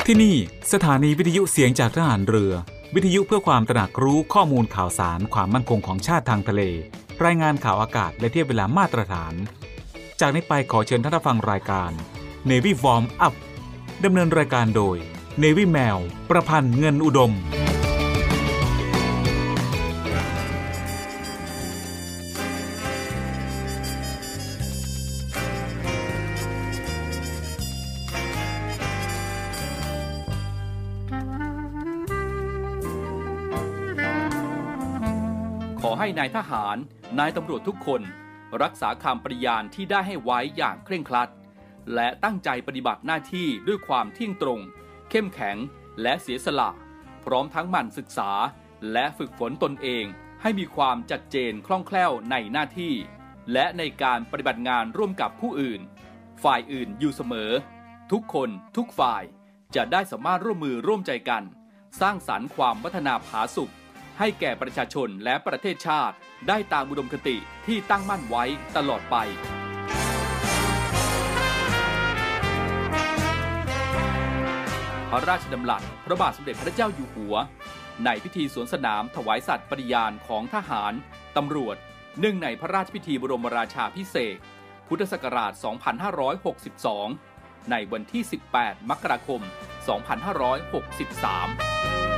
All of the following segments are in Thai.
ที่นี่สถานีวิทยุเสียงจากทหารเรือวิทยุเพื่อความตระหนักรู้ข้อมูลข่าวสารความมั่นคงของชาติทางทะเลรายงานข่าวอากาศและเทียบเวลามาตรฐานจากนี้ไปขอเชิญท่านรับฟังรายการ Navy Warm Up ดำเนินรายการโดย Navy แมวประพันธ์เงินอุดมขอให้นายทหารนายตำรวจทุกคนรักษาคำปฏิญาณที่ได้ให้ไว้อย่างเคร่งครัดและตั้งใจปฏิบัติหน้าที่ด้วยความเที่ยงตรงเข้มแข็งและเสียสละพร้อมทั้งหมั่นศึกษาและฝึกฝนตนเองให้มีความชัดเจนคล่องแคล่วในหน้าที่และในการปฏิบัติงานร่วมกับผู้อื่นฝ่ายอื่นอยู่เสมอทุกคนทุกฝ่ายจะได้สามารถร่วมมือร่วมใจกันสร้างสรรค์ความพัฒนาผาสุกให้แก่ประชาชนและประเทศชาติได้ตามอุดมคติที่ตั้งมั่นไว้ตลอดไปพระราชดำรัสพระบาทสมเด็จพระเจ้าอยู่หัวในพิธีสวนสนามถวายสัตย์ปฏิญาณของทหารตำรวจเนื่องในพระราชพิธีบรมราชาภิเษกพุทธศักราช 2562 ในวันที่ 18 มกราคม 2563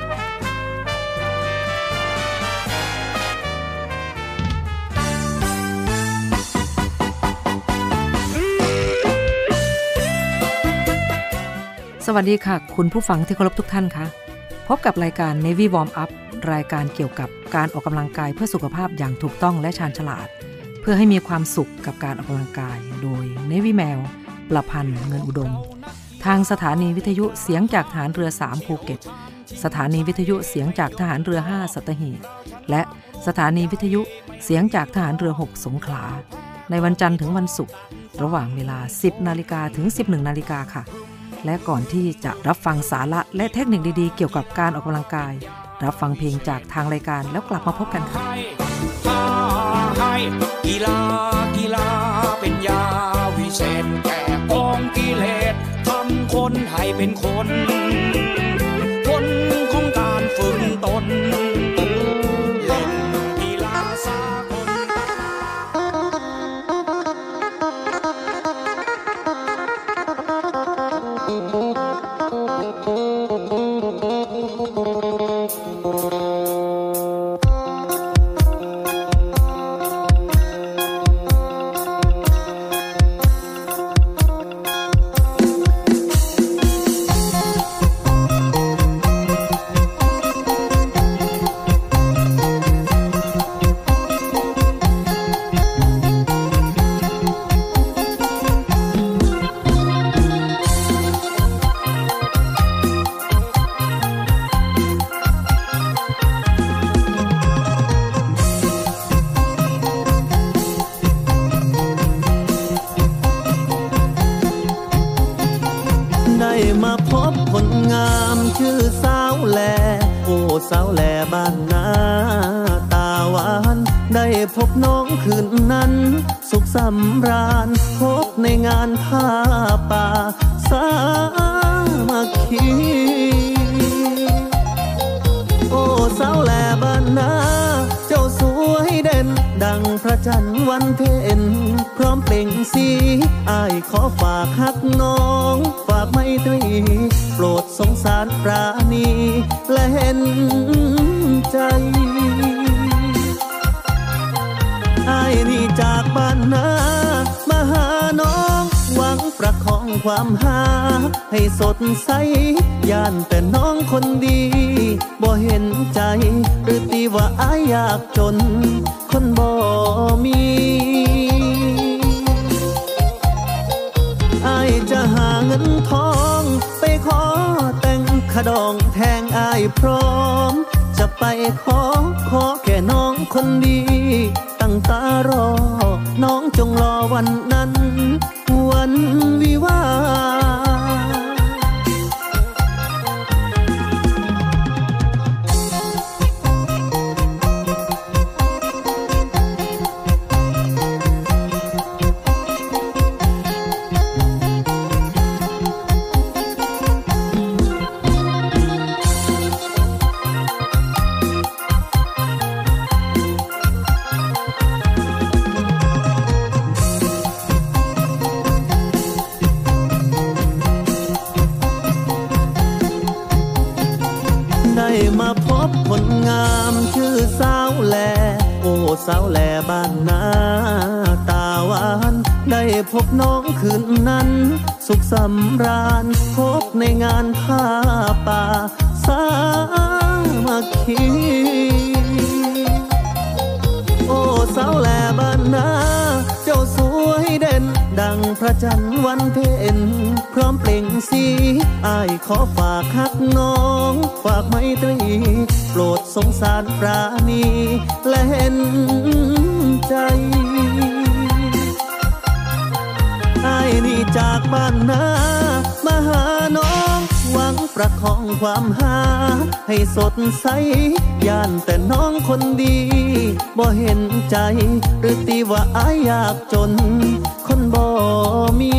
สวัสดีค่ะคุณผู้ฟังที่เคารพทุกท่านคะพบกับรายการ Navy Warm Up รายการเกี่ยวกับการออกกำลังกายเพื่อสุขภาพอย่างถูกต้องและชาญฉลาดเพื่อให้มีความสุขกับการออกกำลังกายโดย Navy แมวประพันธ์เงินอุดมทางสถานีวิทยุเสียงจากทหารเรือ3ภูเก็ตสถานีวิทยุเสียงจากทหารเรือ5สัตหีบและสถานีวิทยุเสียงจากทหารเรือ6สงขลาในวันจันทร์ถึงวันศุกร์ระหว่างเวลา 10 นาฬิกาถึง 11 นาฬิกาค่ะและก่อนที่จะรับฟังสาระและเทคนิคดีๆเกี่ยวกับการออกกำลังกายรับฟังเพลงจากทางรายการแล้วกลับมาพบกันค่ะกีฬาเป็นยาวิเศษแก้กองกิเลสทำคนให้เป็นคนของการฝึกตนเล่นกีฬาสากลมาพบคนงามชื่อสาวแลโอ้สาวแลบ้านนาตาหวานได้พบน้องคืนนั้นสุขสำราญพบในงานผ้าป่าสามัคคีโอ้สาวแลบ้านนาเจ้าสวยเด่นดังพระจันทร์วันเพ็ญพร้อมเปล่งสีอ้ายขอฝากฮักน้องฝากไมตรีโปรดสงสารปราณีและเห็นใจอ้ายนี่จากบ้านนามาหาน้องหวังประคองความหาให้สดใสย่านแต่น้องคนดีบ่เห็นใจหรือตีว่าอ้ายยากจนคนบ่มีอ้ายจะหาเงินทองไปขอแต่งขดองแทงอ้ายพร้อมจะไปขอแค่น้องคนดีตั้งตารอน้องจงรอวันนั้นวันวิวาสาวแลบ้านนาตาหวานได้พบน้องคืนนั้นสุขสำราญพบในงานผ้าป่าสามัคคีโอ้สาวแลบ้านนาเจ้าสวยเด่นดังพระจันทร์วันเพ็ญพร้อมเปล่งสีอ้ายขอฝากฮักน้องฝากไมตรีโปรดสงสารปราณีและเห็นใจอ้ายนี่จากบ้านนามาหาน้องหวังประคองความหาให้สดใสย่านแต่น้องคนดีบ่เห็นใจหรือตีว่าอ้ายยากจนคนบ่มี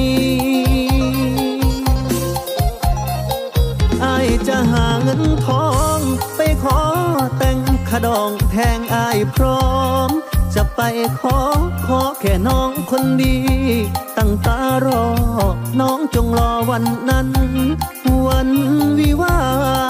อ้ายจะหาเงินทองไปขอแต่งขดองแทงอ้ายพร้อมจะไปขอแค่น้องคนดีตั้งตารอน้องจงรอวันนั้นวันวิวา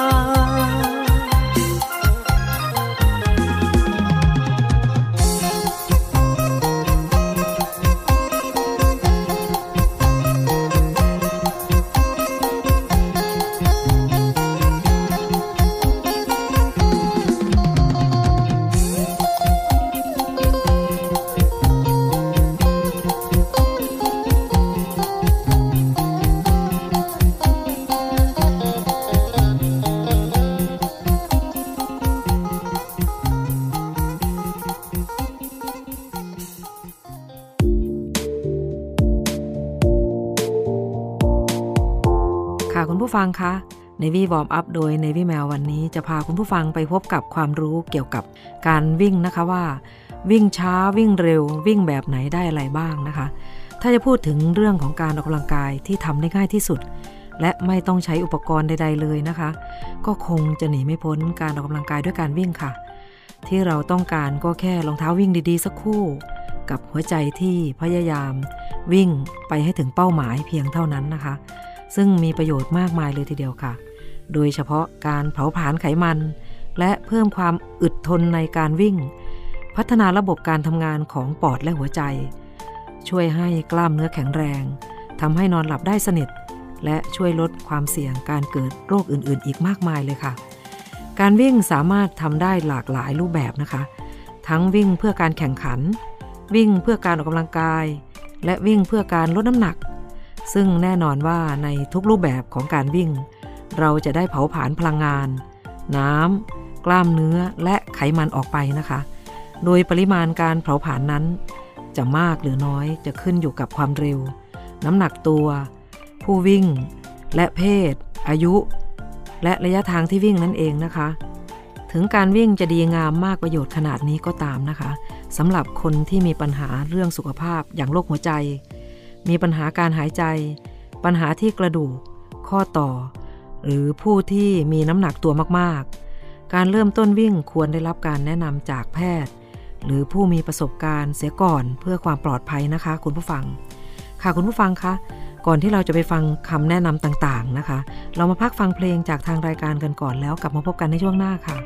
คุณผู้ฟังคะ Navy Warm Up โดย Navy Mail วันนี้จะพาคุณผู้ฟังไปพบกับความรู้เกี่ยวกับการวิ่งนะคะว่าวิ่งช้าวิ่งเร็ววิ่งแบบไหนได้อะไรบ้างนะคะถ้าจะพูดถึงเรื่องของการออกกำลังกายที่ทำได้ง่ายที่สุดและไม่ต้องใช้อุปกรณ์ใดๆเลยนะคะก็คงจะหนีไม่พ้นการออกกำลังกายด้วยการวิ่งค่ะที่เราต้องการก็แค่รองเท้าวิ่งดีๆสักคู่กับหัวใจที่พยายามวิ่งไปให้ถึงเป้าหมายเพียงเท่านั้นนะคะซึ่งมีประโยชน์มากมายเลยทีเดียวค่ะโดยเฉพาะการเผาผลาญไขมันและเพิ่มความอึดทนในการวิ่งพัฒนาระบบการทำงานของปอดและหัวใจช่วยให้กล้ามเนื้อแข็งแรงทำให้นอนหลับได้สนิทและช่วยลดความเสี่ยงการเกิดโรคอื่นๆอีกมากมายเลยค่ะการวิ่งสามารถทำได้หลากหลายรูปแบบนะคะทั้งวิ่งเพื่อการแข่งขันวิ่งเพื่อการออกกำลังกายและวิ่งเพื่อการลดน้ำหนักซึ่งแน่นอนว่าในทุกรูปแบบของการวิ่งเราจะได้เผาผลาญพลังงานน้ำกล้ามเนื้อและไขมันออกไปนะคะโดยปริมาณการเผาผลาญนั้นจะมากหรือน้อยจะขึ้นอยู่กับความเร็วน้ำหนักตัวผู้วิ่งและเพศอายุและระยะทางที่วิ่งนั่นเองนะคะถึงการวิ่งจะดีงามมากประโยชน์ขนาดนี้ก็ตามนะคะสำหรับคนที่มีปัญหาเรื่องสุขภาพอย่างโรคหัวใจมีปัญหาการหายใจปัญหาที่กระดูกข้อต่อหรือผู้ที่มีน้ำหนักตัวมากๆการเริ่มต้นวิ่งควรได้รับการแนะนำจากแพทย์หรือผู้มีประสบการณ์เสียก่อนเพื่อความปลอดภัยนะคะคุณผู้ฟังค่ะคุณผู้ฟังคะก่อนที่เราจะไปฟังคำแนะนำต่างๆนะคะเรามาพักฟังเพลงจากทางรายการกันก่อนแล้วกลับมาพบกันในช่วงหน้าค่ะ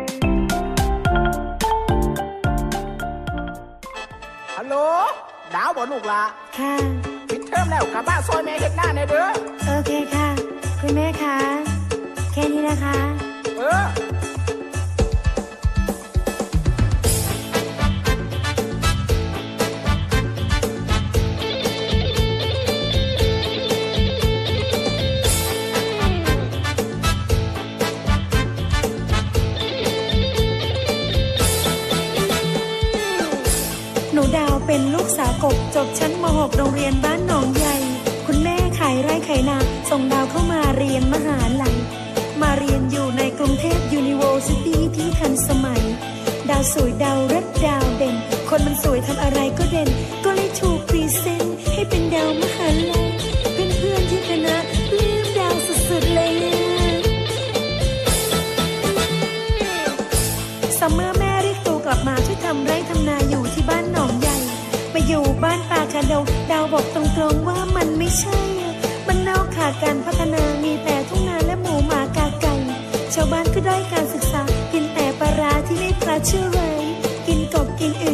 ฮัลโหลดาวบ่ลูกละค่ะปิดเทอมแล้วกลับบ้านซอยแม่เฮ็ดหน้าแน่เด้อโอเคค่ะคุณแม่คะแค่นี้นะคะหนูดาวเป็นลูกสาวกบจบชั้นม.6 โรงเรียนบ้านหนองใหญ่คุณแม่ขายไร่ขายนาส่งดาวเข้ามาเรียนมหาลัยมาเรียนอยู่ในกรุงเทพยูนิเวอร์ซิตี้ที่ทันสมัยดาวสวยดาวเลิศดาวเด่นคนมันสวยทำอะไรก็เด่นก็เลยถูกพรีเซนต์ให้เป็นดาวมหาลัยเพื่อนๆที่คณะลืมดาวสุดๆเลยซัมเมอร์แม่เรียกตัวกลับมาช่วยทำไร่ทำนาอยู่ที่บ้านหนองใหญ่ไปอยู่บ้านป่าคาดงดาวบอกตรงๆว่ามันไม่ใช่บ้านนอกขาดการพัฒนามีแต่ทุ่งนาและหมูหมากาไก่ชาวบ้านก็ด้อยการศึกษากินแต่ปลาร้าที่ไม่ปลาเชื่อไรกินกบกินอึ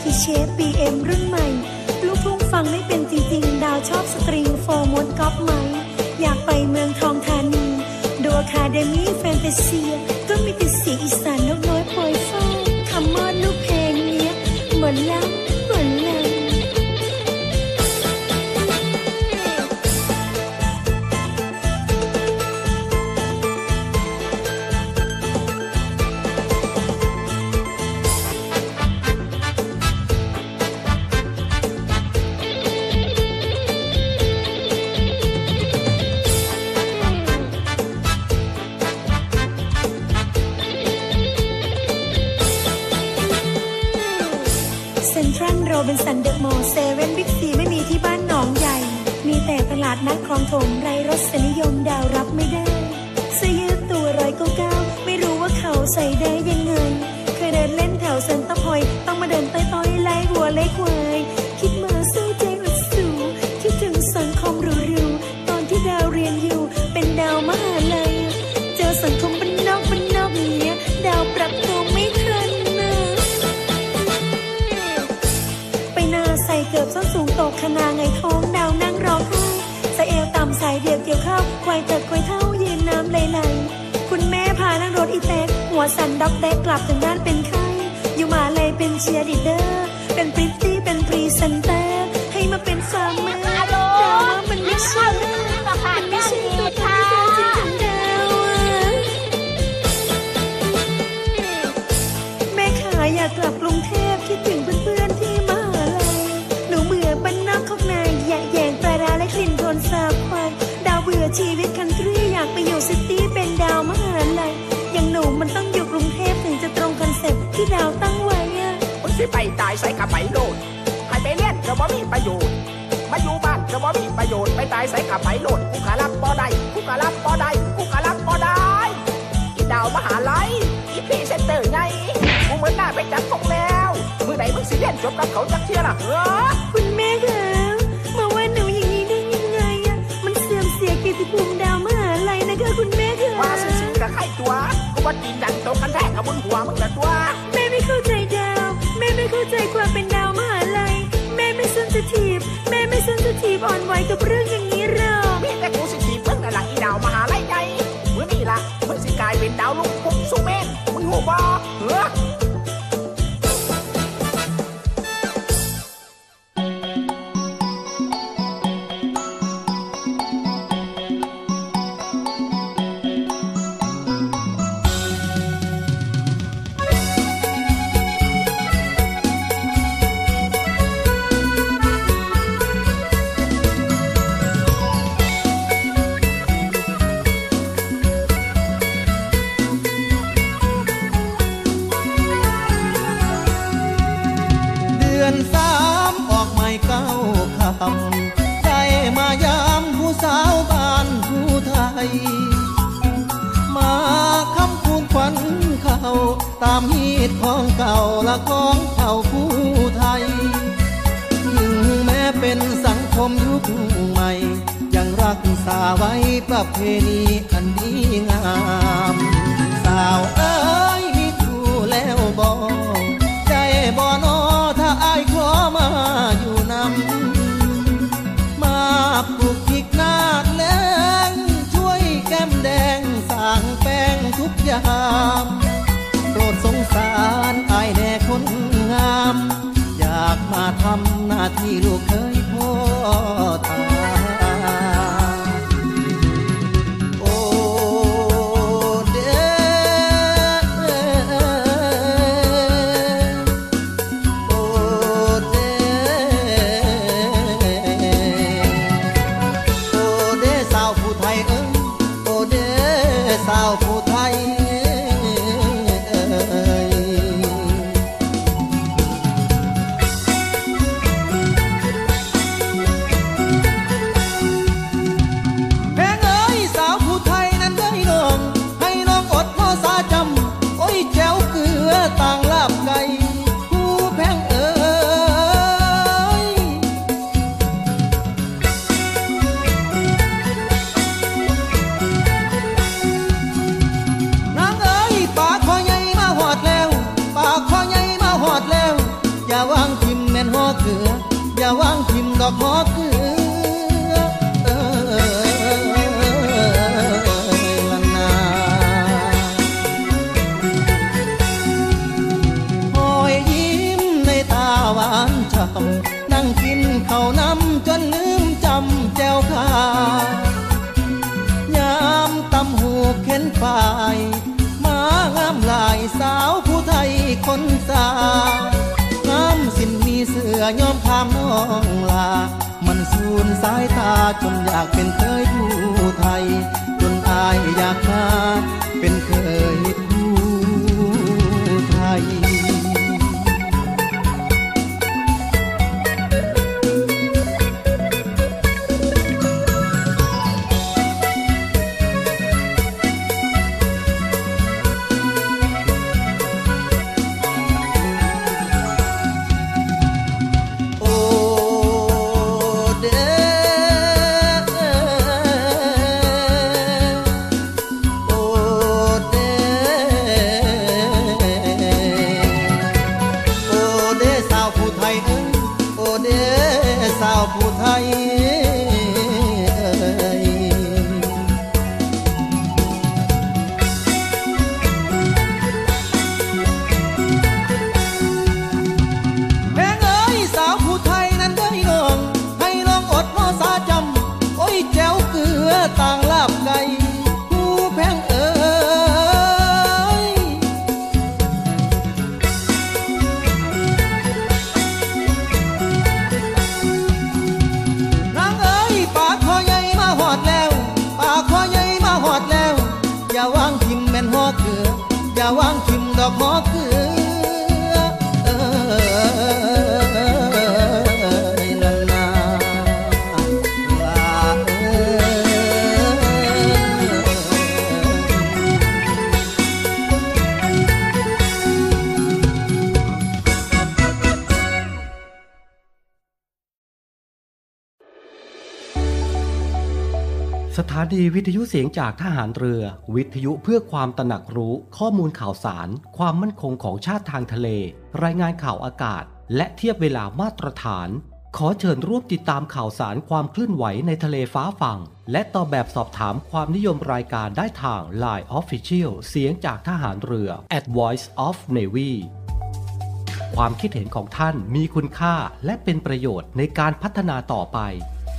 คือเชฟ BM รุ่นใหม่ลูกทุ่งฟังไม่เป็นจริงๆดาวชอบสตริงโฟร์มดก๊อปไหมอยากไปเมืองทองธานีดูอะคาเดมี่แฟนตาเซียก็มีแต่เสียงอีสานนกน้อยโปรยฟ้าคำมอดลูกเพลงเนี้ยเหมือนล้ำเหมือนลำโรบินสันเดอะมอลล์เซเว่นบิ๊กซีไม่มีที่บ้านหนองใหญ่มีแต่ตลาดนัดคลองถมไร้รสนิยมดาวรับไม่ได้เสื้อยืดตัว199ไม่รู้ว่าเขาใส่ได้ยังไงเคยเดินเล่นแถวเซ็นทรัลพอยต์ต้องมาเดินต้อยๆไล่หัวไล่ควายคิดมาสู้ใจอุดสูคิดถึงสังคมหรูๆตอนที่ดาวเรียนอยู่เป็นดาวมหาลัยเจอสังคมบ้านนอกอย่างเงี้ยดาวปรับตัวไม่ทันใส่เกือบส้นสูงตกขนาไงท้องดาวนั่งร้องไห้ใส่เอวต่ำใส่เดี่ยวเกี่ยวข้าวควายเถิดควายเท่ายืนน้ำไหลๆคุณแม่พานั่งรถอีแต๊กหัวสั่นด็อกแต๊กกลับถึงบ้านเป็นไข้อยู่มาเลยเป็นเชียร์ลีดเดอร์เป็นพริตตี้เป็นพรีเซนเตอร์ให้มาเป็นฟาร์มเมอร์แต่ว่ามันไม่ใช่มันไม่ใช่ตัวตนที่แท้จริงของดาวแม่ขาอยากกลับกรุงเทพคิดถึงเพื่อนๆที่มาบ้านนอกของนายแยะแยงปลาร้าและกลิ่นโคลนสาบควายดาวเบื่อชีวิตคันทรีอยากไปอยู่ซิตี้เป็นดาวมหาลัยอย่างหนูมันต้องอยู่กรุงเทพถึงจะตรงคอนเซ็ปต์ที่ดาวตั้งไว้อะคนสิไปตายใส่กับไปโลดให้ไปเล่นก็บ่มีประโยชน์มาอยู่บ้านก็บ่มีประโยชน์ไปตายใส่กับไปโลดกูกะรับบ่ได้กูกะรับบ่ได้กูกะรับบ่ได้อีดาวมหาลัยอีพรีเซนเตอร์ไงกูเหมือนหน้าไปจัดของแล้วมือไหนมึงสิเล่นจบกับเขาจักเที่ยล่ะคุณแม่คะมาว่าหนูอย่างนี้ได้ยังไงอะมันเสื่อมเสียเกียรติภูมิดาวมหาลัยนะคะคุณแม่คะว่าซื่อๆกับใครตัวกูว่ากินยันตกกันแท้กับบนหัวมึงละตัวแม่ไม่เข้าใจดาวแม่ไม่เข้าใจความเป็นดาวมหาลัยแม่ไม่เซนซิทีฟแม่ไม่เซนซิทีฟอ่อนไหวกับเรื่องอย่างนี้หรอกมีแต่กูสิทีฟมึงน่ะล่ะอีดาวมหาลัยไงมื้อนี้ล่ะมึงสิกลายเป็นดาวลูกพุ่งสุเมนมึงหูบ่ได้มายามผู้สาวบ้านผู้ไทยมาคำคูณขวัญเขาตามฮีตของเก่าและของเผ่าผู้ไทยถึงแม้เป็นสังคมยุคใหม่ยังรักษาไว้ประเพณีอันดีงามสาวเอ้ยมีคู่แล้วบ่ใจบ่นอถ้าอายขอมาอยู่นำปลูกพริกนาดแรงช่วยแก้มแดงสร้างแป้งทุกอย่างโปรดสงสารอายแน่คนงามอยากมาทำหน้าที่ลูกเคยพ่อตาโอ้เด้โอ้เด้สาวผู้ไทยางทิมแม่นหอเกลืออย่าวางทิมดอกหอเกลือนั่งกินข้าวน้ำจนลืมจำแจวขายามตำหูเข็นฝ่ายมางามลายสาวผู้ไทยคนสางามสิ้นมีเสือยอมข้ามน้องลามันสูญสายตาจนอยากเป็นเคยผู้ไทยจนอายอยากมาเป็นเคยผู้ไทยผู้ไทยแม่เอ๋ยสาวผู้ไทยนั้นได้น้องให้น้องอดมอสาจำโอ้ยแจ้วเกลือต่างลาบไก่ผู้แพงเอ๋ยอย่าวางทิมแม่นหอเกลืออย่าวางทิมดอกหอเกลือละลาลาสถานีวิทยุเสียงจากทหารเรือวิทยุเพื่อความตระหนักรู้ข้อมูลข่าวสารความมั่นคงของชาติทางทะเลรายงานข่าวอากาศและเทียบเวลามาตรฐานขอเชิญร่วมติดตามข่าวสารความเคลื่อนไหวในทะเลฟ้าฝั่งและตอบแบบสอบถามความนิยมรายการได้ทาง Line Official เสียงจากทหารเรือ @Voice of Navy ความคิดเห็นของท่านมีคุณค่าและเป็นประโยชน์ในการพัฒนาต่อไป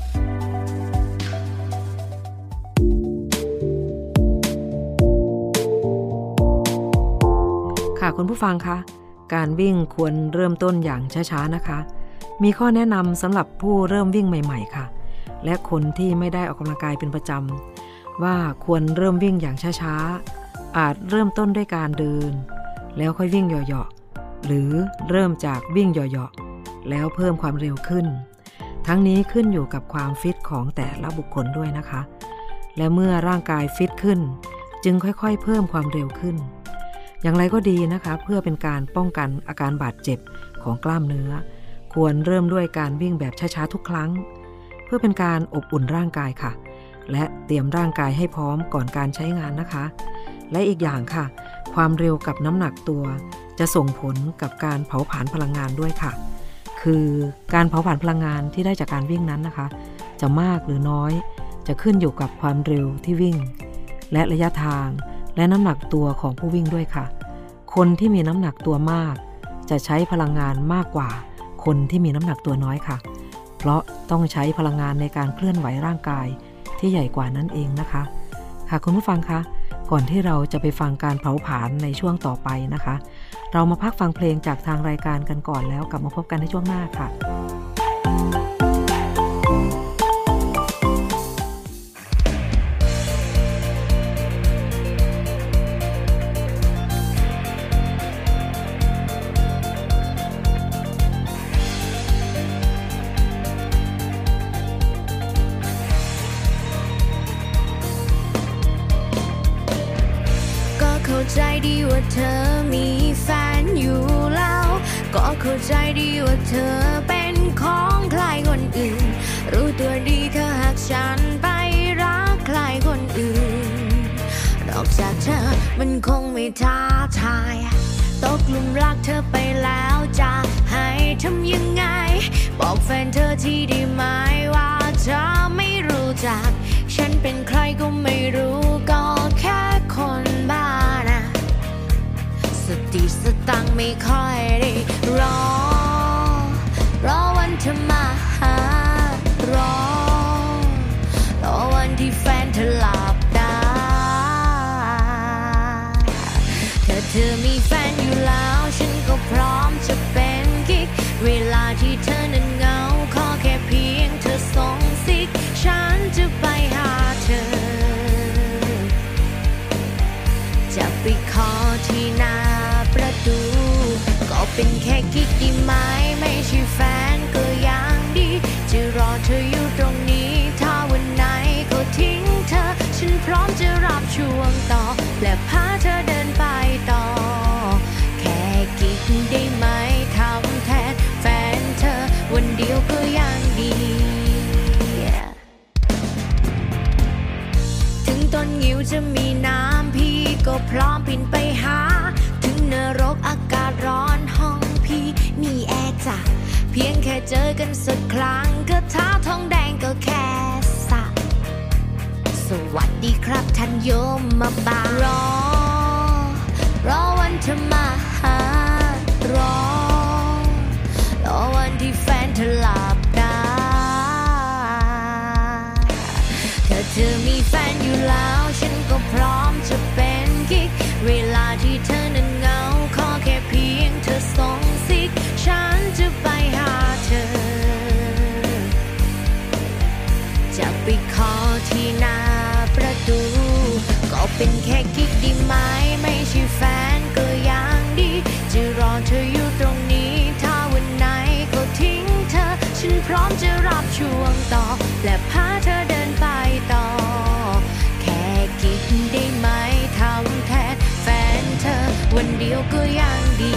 ค่ะคุณผู้ฟังคะการวิ่งควรเริ่มต้นอย่างช้าๆนะคะมีข้อแนะนำสำหรับผู้เริ่มวิ่งใหม่ๆค่ะและคนที่ไม่ได้ออกกำลังกายเป็นประจำว่าควรเริ่มวิ่งอย่างช้าๆอาจเริ่มต้นด้วยการเดินแล้วค่อยวิ่งเหยาะๆหรือเริ่มจากวิ่งเหยาะๆแล้วเพิ่มความเร็วขึ้นทั้งนี้ขึ้นอยู่กับความฟิตของแต่ละบุคคลด้วยนะคะและเมื่อร่างกายฟิตขึ้นจึงค่อยๆเพิ่มความเร็วขึ้นอย่างไรก็ดีนะคะเพื่อเป็นการป้องกันอาการบาดเจ็บของกล้ามเนื้อควรเริ่มด้วยการวิ่งแบบช้าๆทุกครั้งเพื่อเป็นการอบอุ่นร่างกายค่ะและเตรียมร่างกายให้พร้อมก่อนการใช้งานนะคะและอีกอย่างค่ะความเร็วกับน้ำหนักตัวจะส่งผลกับการเผาผลาญพลังงานด้วยค่ะคือการเผาผลาญพลังงานที่ได้จากการวิ่งนั้นนะคะจะมากหรือน้อยจะขึ้นอยู่กับความเร็วที่วิ่งและระยะทางและน้ำหนักตัวของผู้วิ่งด้วยค่ะคนที่มีน้ำหนักตัวมากจะใช้พลังงานมากกว่าคนที่มีน้ำหนักตัวน้อยค่ะเพราะต้องใช้พลังงานในการเคลื่อนไหวร่างกายที่ใหญ่กว่านั่นเองนะคะค่ะคุณผู้ฟังคะก่อนที่เราจะไปฟังการเผาผลาญในช่วงต่อไปนะคะเรามาพักฟังเพลงจากทางรายการกันก่อนแล้วกลับมาพบกันในช่วงหน้าค่ะใจดีว่าเธอมีแฟนอยู่แล้วก็เข้าใจดีว่าเธอเป็นของใครคนอื่นรู้ตัวดีเธอหากฉันไปรักใครคนอื่นนอกจากเธอมันคงไม่ท้าทายตกหลุมรักเธอไปแล้วจะให้ทำยังไงบอกแฟนเธอที่ได้ไหมว่าเธอไม่รู้จักฉันเป็นใครก็ไม่รู้ก็แค่คนบ้านะสติสตังไม่ค่อยได้รอวันเธอมาหารอวันที่แฟนเธอหลับตาถ้าเธอมีแฟนอยู่แล้วฉันก็พร้อมจะเป็นกิ๊กเวลาที่เธอนั้นเหงาขอแค่เพียงเธอส่งซิกฉันจะไปหาเธอจะไปขอที่หน้าประตูก็เป็นแค่กิ๊กดีไหมไม่ใช่แฟนก็ยังดีจะรอเธออยู่ตรงนี้ถ้าวันไหนก็ทิ้งเธอฉันพร้อมจะรับช่วงต่อและพาเธอเดินไปต่อแค่กิ๊กได้ไหมทำแทนแฟนเธอวันเดียวก็ยังดีถึงต้นงิ้วจะมีน้ำพี่ก็พร้อมบินไปหาถึงนรกอากาศร้อนห้องพี่มีแอร์จ้ะเพียงแค่เจอกันสักครั้งก็เท้าทองแดงก็แค่สักสวัสดีครับท่านโยมมาบารอวันเธอมาหารอวันที่แฟนเธอหลับตาถ้าเธอมีแฟนอยู่แล้วฉันก็พร้อมจะเป็นกิ๊กเวลาที่เธอนั้นเหงาขอแค่เพียงเธอส่งซิกฉันจะไปหาเธอจะไปขอที่หน้าประตูก็เป็นแค่กิ๊กดีไหมไม่ใช่แฟนก็ยังดีจะรอเธออยู่ตรงนี้ถ้าวันไหนก็ทิ้งเธอฉันพร้อมจะรับช่วงต่อและพาเธอเดินไปต่อแค่กิ๊กได้ไหมทำแทนแฟนเธอวันเดียวก็ยังดี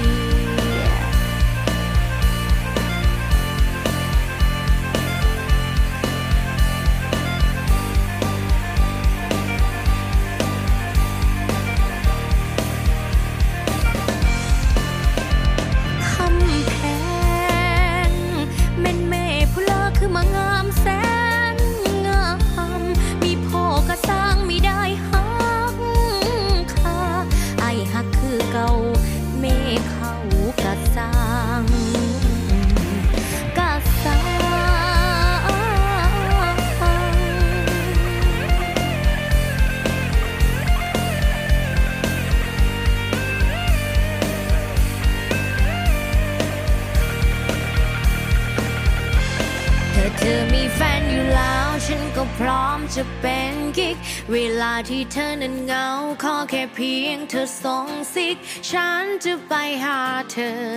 มางามแสนงามมีพ่อกระสังมีได้ฮักค่ะไอ้ฮักคือเก่าแม่เขากระสังเธอมีแฟนอยู่แล้วฉันก็พร้อมจะเป็นกิ๊กเวลาที่เธอนั้นเหงาขอแค่เพียงเธอส่งซิกฉันจะไปหาเธอ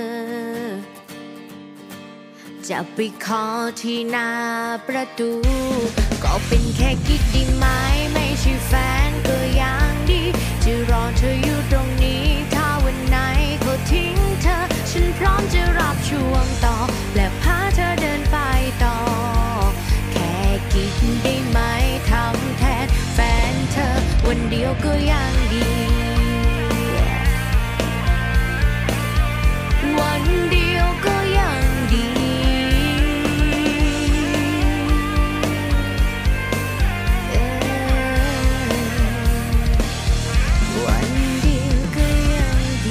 จะไปขอที่หน้าประตูก็เป็นแค่กิ๊กดีไหมไม่ใช่แฟนก็ยังดีจะรอเธออยู่ตรงนี้ถ้าวันไหนก็ทิ้งเธอฉันพร้อมจะรับช่วงต่อและพาเธอเดินไปต่อแค่กิ๊กได้ไหมทำแทนแฟนเธอวันเดียวก็ยังดีวันเดียวก็ยังดีวันเดียวก็ยังดี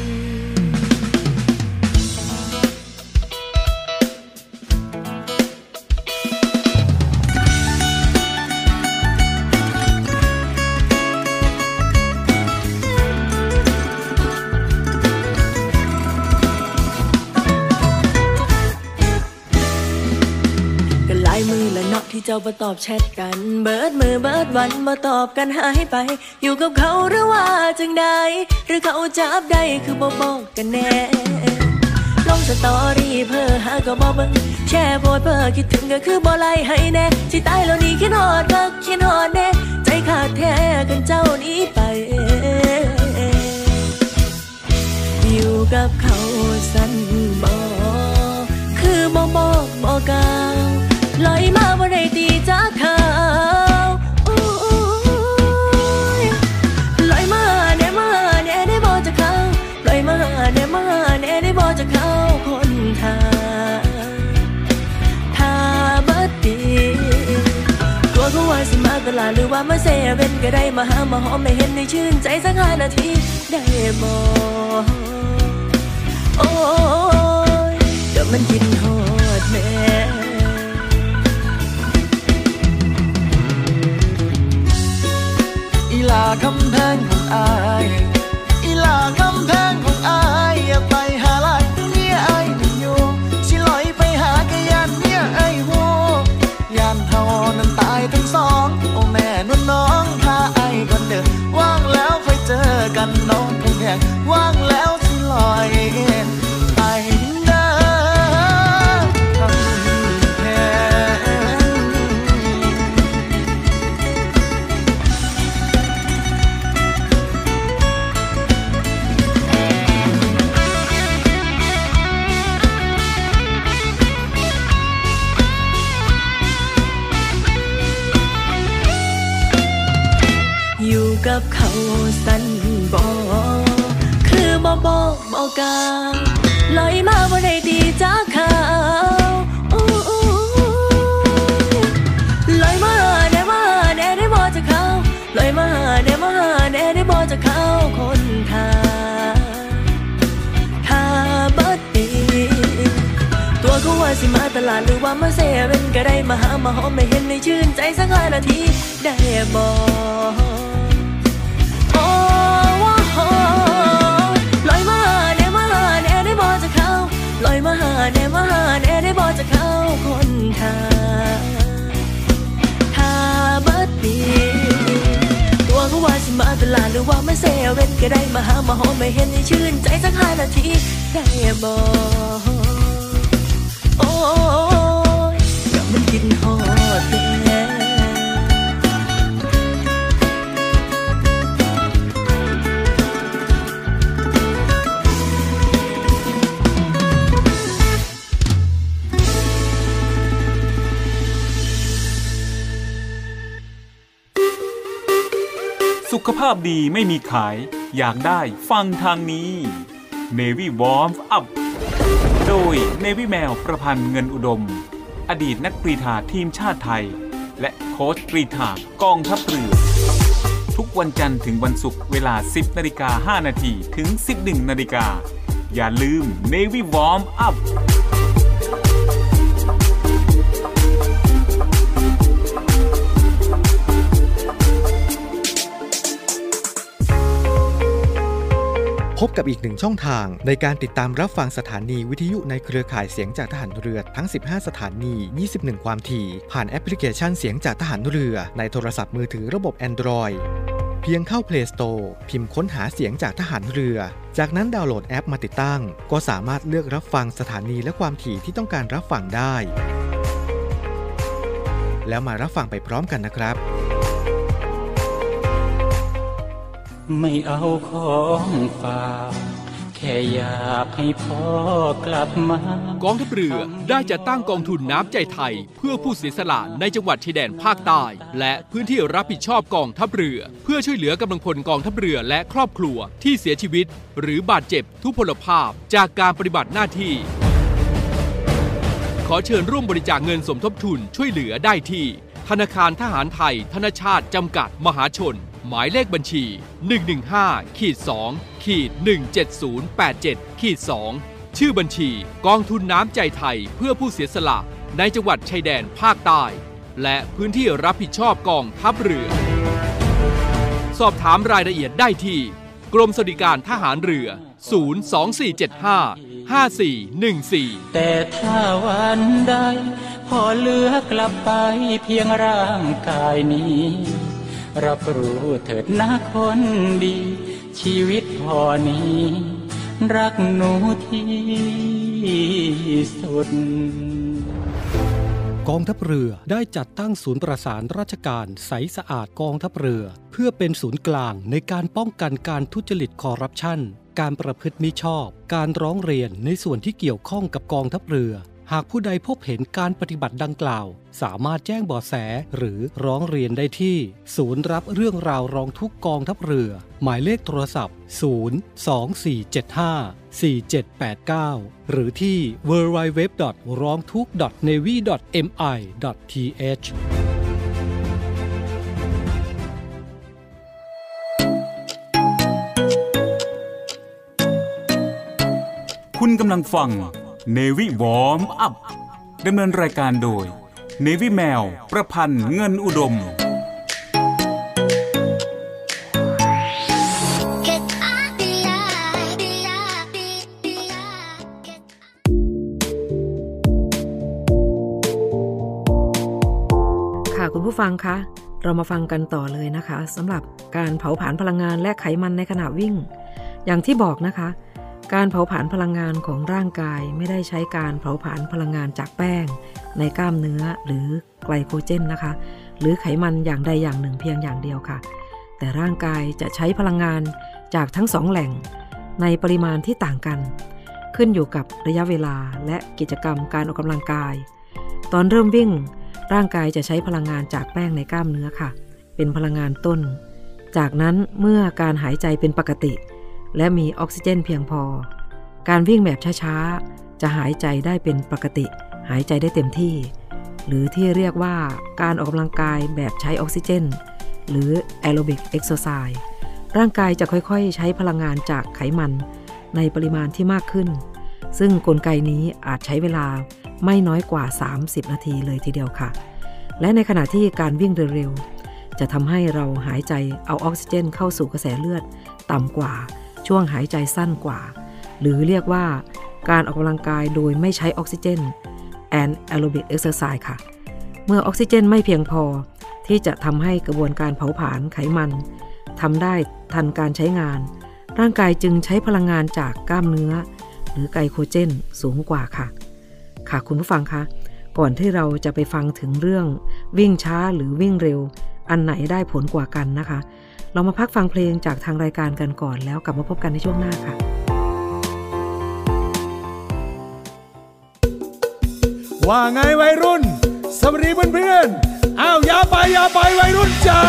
ที่เจ้าบ่ตอบแชทกันเบิดมือเบิดวันบ่ตอบกันหายไปอยู่กับเขาหรือว่าจังใดหรือเขาจับได้คือบ่บอกกันแน่ลงสตอรี่เพ้อหาก็บ่เบิ่งแชร์โพสต์เพ้อคิดถึงก็คือบ่ไล่ให้แน่สิตายแล้วนี่คิดฮอดคักคิดฮอดแน่ใจขาดแท้กันเจ้านี้ไปอยู่กับเขาสั่นบ่คือบ่บอกบ่กล่าวลอยมาบ่ได้ตีจากเขาลอยมาแน่ได้บอกจากเขาตลาดหรือว่ามาเซเว่นก็ได้มาหามาหอมไม่เห็นในชื่นใจสัก5 นาทีได้บ่โอ้ยเดี๋ยวมันกินฮอดแม่อีหลาคำแพงของอายอีหลาคำแพงของอายอย่าไปหาลายเนี่ยอายไม่อยู่สิลอยไปหากะยันเนี่ยอายหัวยานเฮานั้นตายทั้งสองโอ้แม่นวลน้องพาอายก่อนเด้อว่างแล้วค่อยเจอกันน้องคงแข็งว่างแล้วสิลอยไปเด้อคำแพงอยู่กับเขาสั้นบ่คือบ่กาลอยมาบ่ได้ตีจากเขาลอยมาแน่มาแน่ได้บ่จากเขาลอยมาแน่มาแน่ได้บ่จากเขาคนทาบัดดีตัวเขาว่าสิมาตลาดหรือว่ามาเซเว่นก็ได้มาหามาหอมไม่เห็นในชื่นใจสัก5 นาทีได้บ่ลอยมาแน่มาแน่ได้บ่จากเขาลอยมาแน่มาแน่ได้บ่จากเขาคนทาบัดดีตัวเขาว่าสิมาตลาดหรือว่ามาเซเว่นก็ได้มาหามาหอมไม่เห็นในชื่นใจสัก5 นาทีได้บ่โอ้ยก็มันกินฮอดแน่สุขภาพดีไม่มีขายอยากได้ฟังทางนี้ Navy Warm Up โดย Navy แมวประพันธ์เงินอุดมอดีตนักกรีฑาทีมชาติไทยและโค้ชกรีฑากองทัพเรือทุกวันจันทร์ถึงวันศุกร์เวลา 10:05 นาทีถึง 11:00 นาฬิกาอย่าลืม Navy Warm Up พบกับอีกหนึ่งช่องทางในการติดตามรับฟังสถานีวิทยุในเครือข่ายเสียงจากทหารเรือทั้ง15สถานี21ความถี่ผ่านแอปพลิเคชันเสียงจากทหารเรือในโทรศัพท์มือถือระบบ Android เพียงเข้า Play Store พิมพ์ค้นหาเสียงจากทหารเรือจากนั้นดาวน์โหลดแอปมาติดตั้งก็สามารถเลือกรับฟังสถานีและความถี่ที่ต้องการรับฟังได้แล้วมารับฟังไปพร้อมกันนะครับไม่เอาของฝากแค่อยากให้พ่อกลับมากองทัพเรือได้จัดตั้งกองทุนน้ำใจไทยเพื่อผู้เสียสละในจังหวัดชายแดนภาคใต้และพื้นที่รับผิดชอบกองทัพเรือเพื่อช่วยเหลือกำลังพลกองทัพเรือและครอบครัวที่เสียชีวิตหรือบาดเจ็บทุพพลภาพจากการปฏิบัติหน้าที่ขอเชิญร่วมบริจาคเงินสมทบทุนช่วยเหลือได้ที่ธนาคารทหารไทยธนชาติจำกัดมหาชนหมายเลขบัญชี 115-2-17087-2 ชื่อบัญชีกองทุนน้ำใจไทยเพื่อผู้เสียสละในจังหวัดชายแดนภาคใต้และพื้นที่รับผิดชอบกองทัพเรือสอบถามรายละเอียดได้ที่กรมสวัสดิการทหารเรือ 02475-5414 แต่ถ้าวันใดพอเหลือกลับไปเพียงร่างกายนี้รับรู้เถิดนะคนดีชีวิตพอนี้รักหนูที่สุดกองทัพเรือได้จัดตั้งศูนย์ประสานราชการใสสะอาดกองทัพเรือเพื่อเป็นศูนย์กลางในการป้องกันการทุจริตคอร์รัปชันการประพฤติมิชอบการร้องเรียนในส่วนที่เกี่ยวข้องกับกองทัพเรือหากผู้ใดพบเห็นการปฏิบัติดังกล่าวสามารถแจ้งเบาะแสหรือร้องเรียนได้ที่ศูนย์รับเรื่องราวร้องทุกข์กองทัพเรือหมายเลขโทรศัพท์ 024754789 หรือที่ www.rongthuk.navy.mi.th คุณกำลังฟัง Navy Warm Up ดำเนินรายการโดย Navy แมวประพันธ์เงินอุดมคุณผู้ฟังคะเรามาฟังกันต่อเลยนะคะสำหรับการเผาผลาญพลังงานและไขมันในขณะวิ่งอย่างที่บอกนะคะการเผาผลาญพลังงานของร่างกายไม่ได้ใช้การเผาผลาญพลังงานจากแป้งในกล้ามเนื้อหรือไกลโคเจนนะคะหรือไขมันอย่างใดอย่างหนึ่งเพียงอย่างเดียวค่ะแต่ร่างกายจะใช้พลังงานจากทั้งสองแหล่งในปริมาณที่ต่างกันขึ้นอยู่กับระยะเวลาและกิจกรรมการออกกำลังกายตอนเริ่มวิ่งร่างกายจะใช้พลังงานจากแป้งในกล้ามเนื้อค่ะเป็นพลังงานต้นจากนั้นเมื่อการหายใจเป็นปกติและมีออกซิเจนเพียงพอการวิ่งแบบช้าๆจะหายใจได้เป็นปกติหายใจได้เต็มที่หรือที่เรียกว่าการออกกำลังกายแบบใช้ออกซิเจนหรือแอโรบิกเอ็กซ์ไซส์ร่างกายจะค่อยๆใช้พลังงานจากไขมันในปริมาณที่มากขึ้นซึ่งกลไกนี้อาจใช้เวลาไม่น้อยกว่า30นาทีเลยทีเดียวค่ะและในขณะที่การวิ่งเร็วๆจะทำให้เราหายใจเอาออกซิเจนเข้าสู่กระแสเลือดต่ำกว่าช่วงหายใจสั้นกว่าหรือเรียกว่าการออกกำลังกายโดยไม่ใช้ออกซิเจน Anaerobic Exercise ค่ะเมื่อออกซิเจนไม่เพียงพอที่จะทำให้กระบวนการเผาผลาญไขมันทำได้ทันการใช้งานร่างกายจึงใช้พลังงานจากกล้ามเนื้อหรือไกลโคเจนสูงกว่าค่ะคุณผู้ฟังคะก่อนที่เราจะไปฟังถึงเรื่องวิ่งช้าหรือวิ่งเร็วอันไหนได้ผลกว่ากันนะคะเรามาพักฟังเพลงจากทางรายการกันก่อนแล้วกลับมาพบกันในช่วงหน้าค่ะว่าไงวัยรุ่นสวัสดีเพื่อนๆอ้าวอย่าไปวัยรุ่นจ้า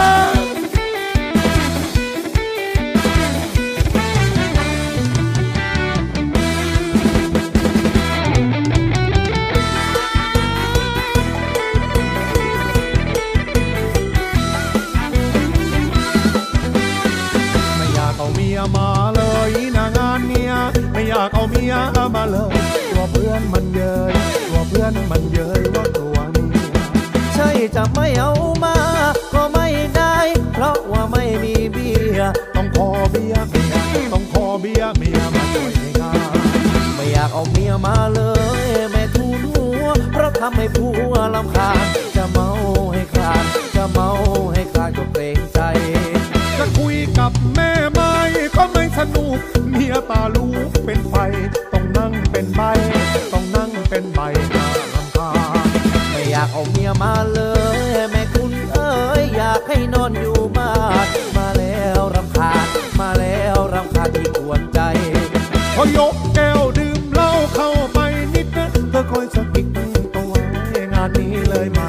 มาเลยนะงานเนี้ยไม่อยากเอาเมียมาเลยกลัวเพื่อนมันเย้ยว่ากลัวเมียใช่จะไม่เอามาก็ไม่ได้เพราะว่าไม่มีเบียร์ต้องขอเบียร์เมียมาช่วยในงานไม่อยากเอาเมียมาเลยแม่ทูลหัวเพราะทำให้ผัวรำคาญจะเมาให้คลานก็เกรงใจจะคุยกับแม่ไม่ก็ไม่สนุกเมียตาลูกเป็นไฟต้องนั่งเป็นใบน่ารำคาญไม่อยากเอาเมียมาเลยแม่คุณเอ๋ยอยากให้นอนอยู่บ้านมาแล้วรำคาญที่กวนใจพอยกแก้วดื่มเหล้าเข้าไปนิดนะเธอคอยสะกิดตัวงานนี้เลยไม่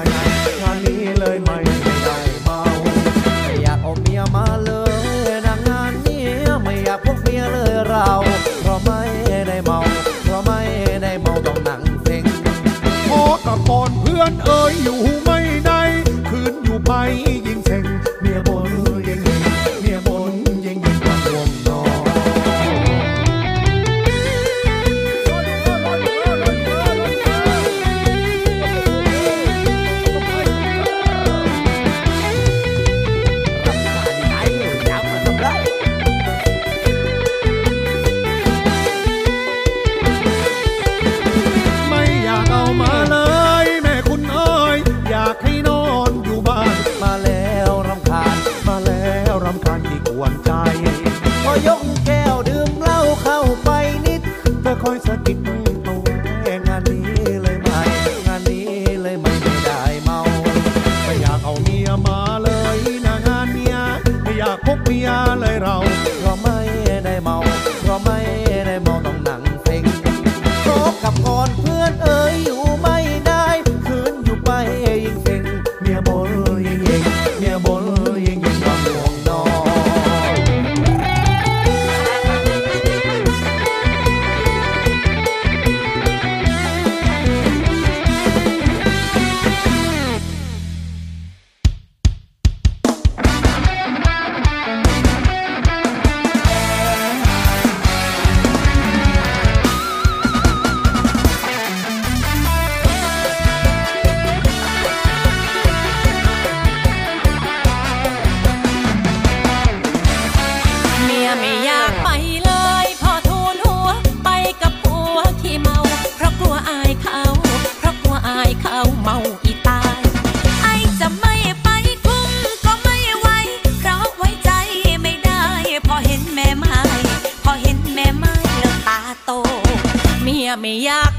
ได้เมาไม่อยากเอาเมียมาเลยนะงานนี้ไม่อยากพกเมียเลยเราเพราะไม่ได้เมาต้องนั่งเซ็งพอกับก่อนเพื่อนเอ๋ยอยู่ไม่ได้คืนอยู่ไปยิ่งเซ็งเมียบ่นยิ่งกว่าห่วงนอน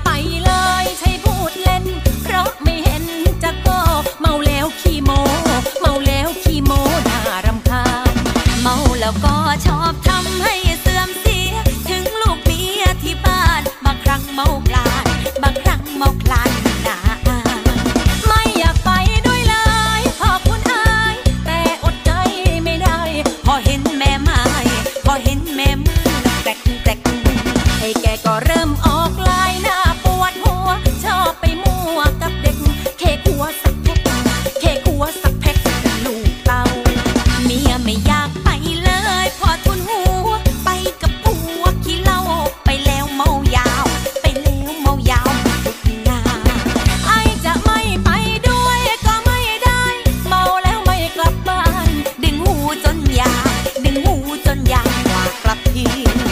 ไปเลยใช่พูดเล่นเพราะไม่เห็นจะก็เมาแล้วขี้โมเมาแล้วขี้โมน่ารำคาญเมาแล้วก็ชอบทำให้เสื่อมเสียถึงลูกเมียที่บ้านบางครั้งเมากลานบางครั้งเมากลานน่าอายไม่อยากไปด้วยเลยพอคุณอายแต่อดใจไม่ได้พอเห็นแม่ไม้พอเห็นแม่มือแตกให้แกก็เริ่มออกลายหน้าปวดหัวชอบไปมั่วกับเด็กเคกหัวสักแพ็คเคกหัวสักแพ็คเป็นลูกเต้าเมียไม่อยากไปเลยพอทุนหัวไปกับผัวขี้เหล้าไปแล้วเมายาวไปแล้วเมายาวทุกงานไอจะไม่ไปด้วยก็ไม่ได้เมาแล้วไม่กลับบ้านดึงหูจนยาวดึงหูจนยาวกว่ากลับที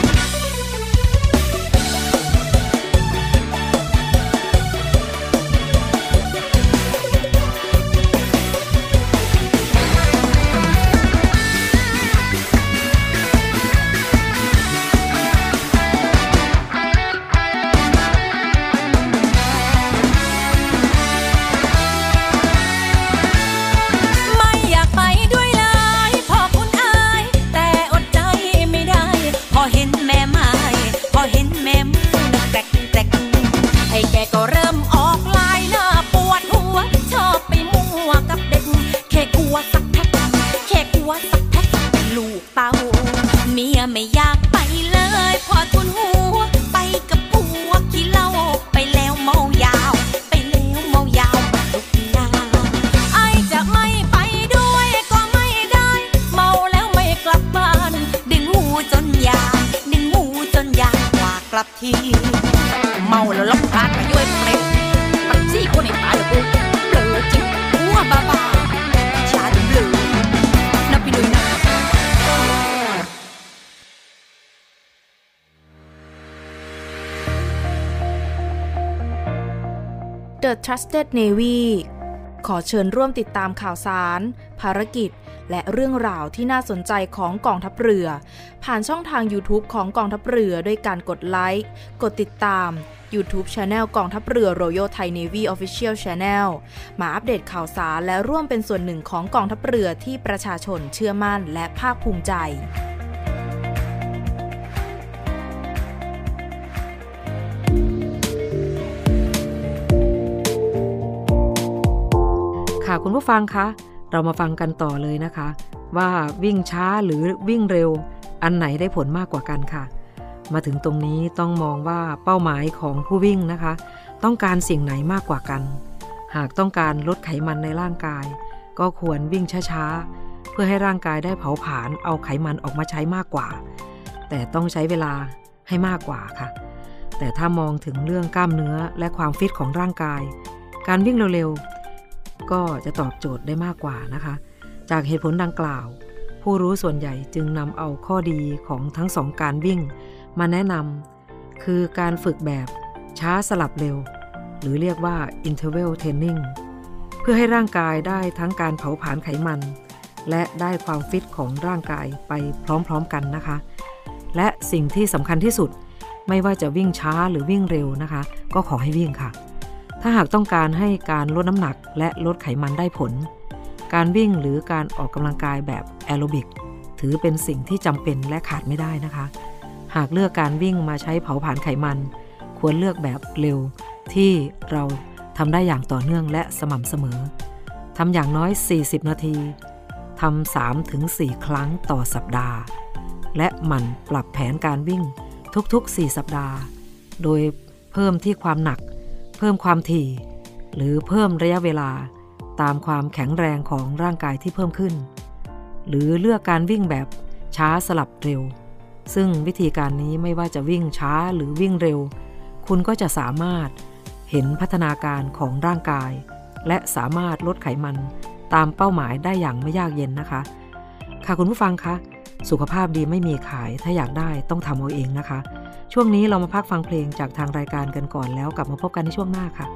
ไม่อยากไปเลยพอทุนหัวไปกับผัวขี้เหล้าไปแล้วเมายาวไปแล้วเมายาวทุกงานไอจะไม่ไปด้วยก็ไม่ได้เมาแล้วไม่กลับบ้านดึงหูจนยาวดึงหูจนยาวกว่ากลับทีเมาแล้วล็อกพลาดไปด้วยเปรตมันซี่คนในตายกูเบลอจิ๋วหัวบ้าชาดิเบลอนับไปด้วยนะ The Trusted Navy ขอเชิญร่วมติดตามข่าวสารภารกิจและเรื่องราวที่น่าสนใจของกองทัพเรือผ่านช่องทาง YouTube ของกองทัพเรือด้วยการกดไลค์กดติดตาม YouTube Channel กองทัพเรือ Royal Thai Navy Official Channel มาอัปเดตข่าวสารและร่วมเป็นส่วนหนึ่งของกองทัพเรือที่ประชาชนเชื่อมั่นและภาคภูมิใจค่ะคุณผู้ฟังคะเรามาฟังกันต่อเลยนะคะว่าวิ่งช้าหรือวิ่งเร็วอันไหนได้ผลมากกว่ากันค่ะมาถึงตรงนี้ต้องมองว่าเป้าหมายของผู้วิ่งนะคะต้องการสิ่งไหนมากกว่ากันหากต้องการลดไขมันในร่างกายก็ควรวิ่งช้าๆเพื่อให้ร่างกายได้เผาผลาญเอาไขมันออกมาใช้มากกว่าแต่ต้องใช้เวลาให้มากกว่าค่ะแต่ถ้ามองถึงเรื่องกล้ามเนื้อและความฟิตของร่างกายการวิ่งเร็วๆก็จะตอบโจทย์ได้มากกว่านะคะจากเหตุผลดังกล่าวผู้รู้ส่วนใหญ่จึงนำเอาข้อดีของทั้งสองการวิ่งมาแนะนำคือการฝึกแบบช้าสลับเร็วหรือเรียกว่า interval training เพื่อให้ร่างกายได้ทั้งการเผาผลาญไขมันและได้ความฟิตของร่างกายไปพร้อมๆกันนะคะและสิ่งที่สำคัญที่สุดไม่ว่าจะวิ่งช้าหรือวิ่งเร็วนะคะก็ขอให้วิ่งค่ะถ้าหากต้องการให้การลดน้ำหนักและลดไขมันได้ผลการวิ่งหรือการออกกำลังกายแบบแอโรบิกถือเป็นสิ่งที่จำเป็นและขาดไม่ได้นะคะหากเลือกการวิ่งมาใช้เผาผลาญไขมันควรเลือกแบบเร็วที่เราทำได้อย่างต่อเนื่องและสม่ำเสมอทำอย่างน้อย40นาทีทำ 3-4 ครั้งต่อสัปดาห์และหมั่นปรับแผนการวิ่งทุกๆ4สัปดาห์โดยเพิ่มที่ความหนักเพิ่มความถี่หรือเพิ่มระยะเวลาตามความแข็งแรงของร่างกายที่เพิ่มขึ้นหรือเลือกการวิ่งแบบช้าสลับเร็วซึ่งวิธีการนี้ไม่ว่าจะวิ่งช้าหรือวิ่งเร็วคุณก็จะสามารถเห็นพัฒนาการของร่างกายและสามารถลดไขมันตามเป้าหมายได้อย่างไม่ยากเย็นนะคะค่ะคุณผู้ฟังคะสุขภาพดีไม่มีขายถ้าอยากได้ต้องทำเอาเองนะคะช่วงนี้เรามาพักฟังเพลงจากทางรายการกันก่อนแล้วกลับมาพบกันในช่วงหน้าค่ะ